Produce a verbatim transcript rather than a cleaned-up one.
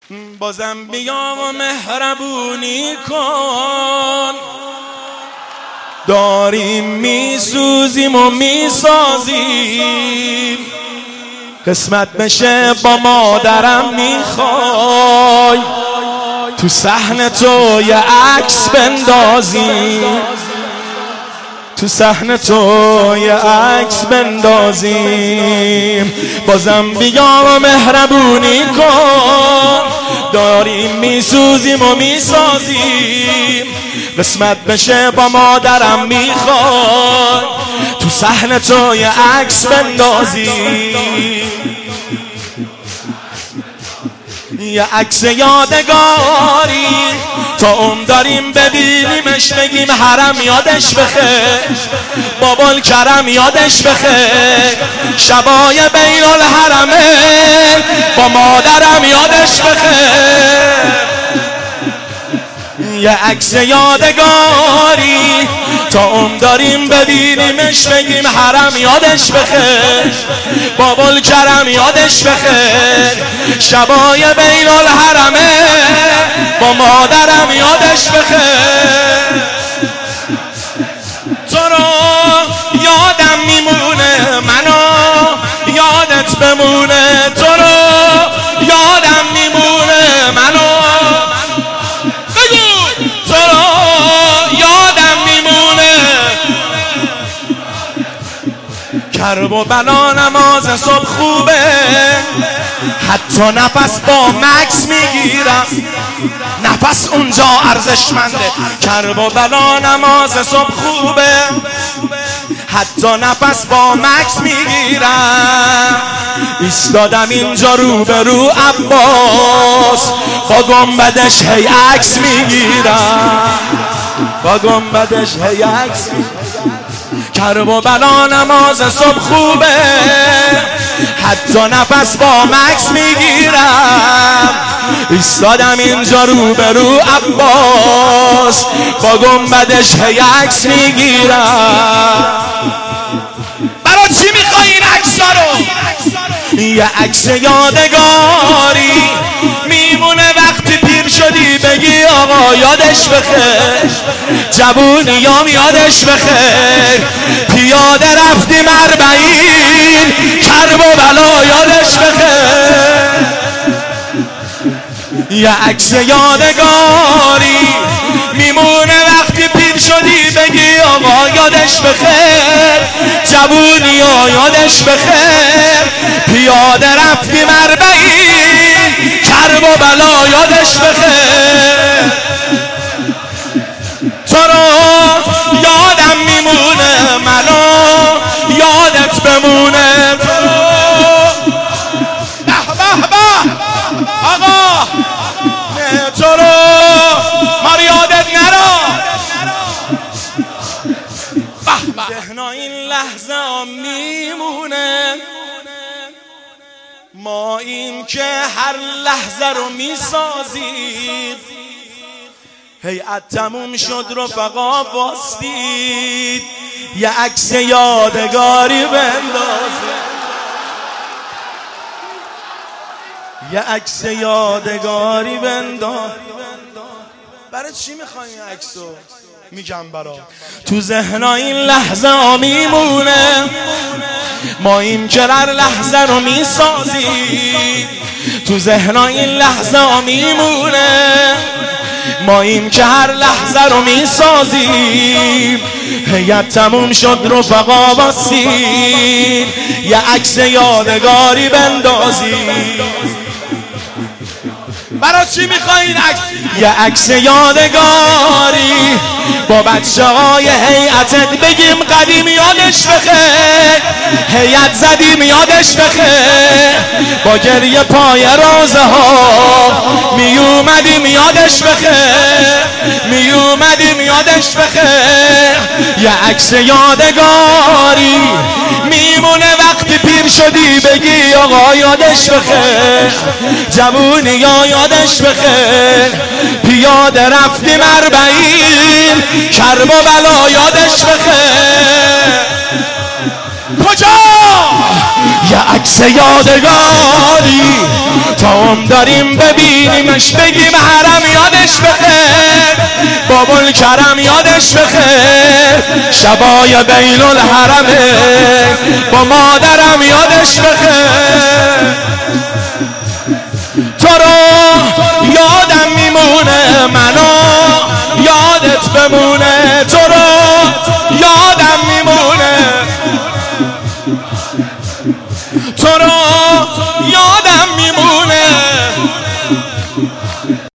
بازم بیا و مهربونی کن، داریم میسوزیم و میسازیم، قسمت بشه با مادرم میخوای تو صحن تو یه عکس بندازیم، تو صحن تو یه عکس بندازیم. بازم بیا و مهربونی کن، داریم میسوزیم و میسازیم، قسمت بشه با مادرم میخوای تو صحن تو یه عکس بندازیم، یه عکس یادگاری تا عمر داریم ببینیمش، بگیم حرم یادش بخیر، بابا کرم یادش بخیر، شبای بین الحرمین با مادرم یادش بخیر، یه عکس یادگاری تا عمر داریم ببینیمش، بگیم حرم یادش بخیر، بابا کرم یادش بخیر، شبای بین الحرمین با مادرم یادش بخیر. تو رو یادم میمونه، منو یادت بمونه، تو رو یادم میمونه، منو کرب و بلا نماز صبح خوبه، حتی نفس با مکس میگیرم، نفس اونجا ارزشمنده. کرب و بلا نماز صبح خوبه، حتی نفس با مکس میگیرم، ایستادم اینجا رو به رو عباس، با گنبدش هی عکس میگیرم، با گنبدش هی عکس میگیرم. کرب و بلا نماز صبح خوبه، حتی نفس با مکس میگیرم، ایستادم اینجا رو به رو عباس، با گنبدش هی عکس میگیرم. برای چی میخوای این عکسا رو؟ یه عکس یادگاری میمونه، وقتی پیر شدی بگی آقا یادش بخیر، جوونیام یادش بخیر، پیاده رفتیم اربعین، کرب و بلا یادش بخیر. یه عکس یادگاری میمونه، وقتی پیر شدی بگی آقا یادش بخیر، جوونیا یادش بخیر، پیاده رفتیم اربعین، کرب و بلا یادش بخیر. تو رو یادم میمونه، منو یادت بمونه، تو به به به آقا نه، تو رو مار یادت نرا. ذهنا این لحظه میمونه، ما این که هر لحظه رو میسازید، هیئت تموم شد رفقا باستید، یه عکس یادگاری بندازید، یه عکس یادگاری بنداز. برای چی میخوای این عکسو؟ میگم برا تو ذهنا این لحظه ها میمونه، ما این که هر لحظه رو میسازیم، تو ذهنا این لحظه ها میمونه، ما این که هر لحظه رو میسازیم، هیئت تموم شد رفقا واسید، یه عکس یادگاری بندازیم. برای چی میخوای این عکس؟ یه عکس یادگاری با بچه های هیئتت، بگیم قدیم یادش بخیر، هیئت زدیم یادش بخیر، با گریه پای روزه ها می اومدیم یادش بخیر، می اومدیم یادش بخیر. یه عکس یادگاری میمونه، وقتی پیر شدی بگی آقا یادش بخیر، جوونی یا یادش بخیر، پیاده رفتیم اربعین، کرب و بلا یادش بخیر. کجا؟ یه عکس یادگاری تا هم داریم ببینیمش بگیم حرم یادش بخیر، بابل کرم یادش بخیر، شبای بین الحرمه با مادرم یادش بخیر. تو رو یادم میمونه منو یادت بمونه، تو رو یادم میمونه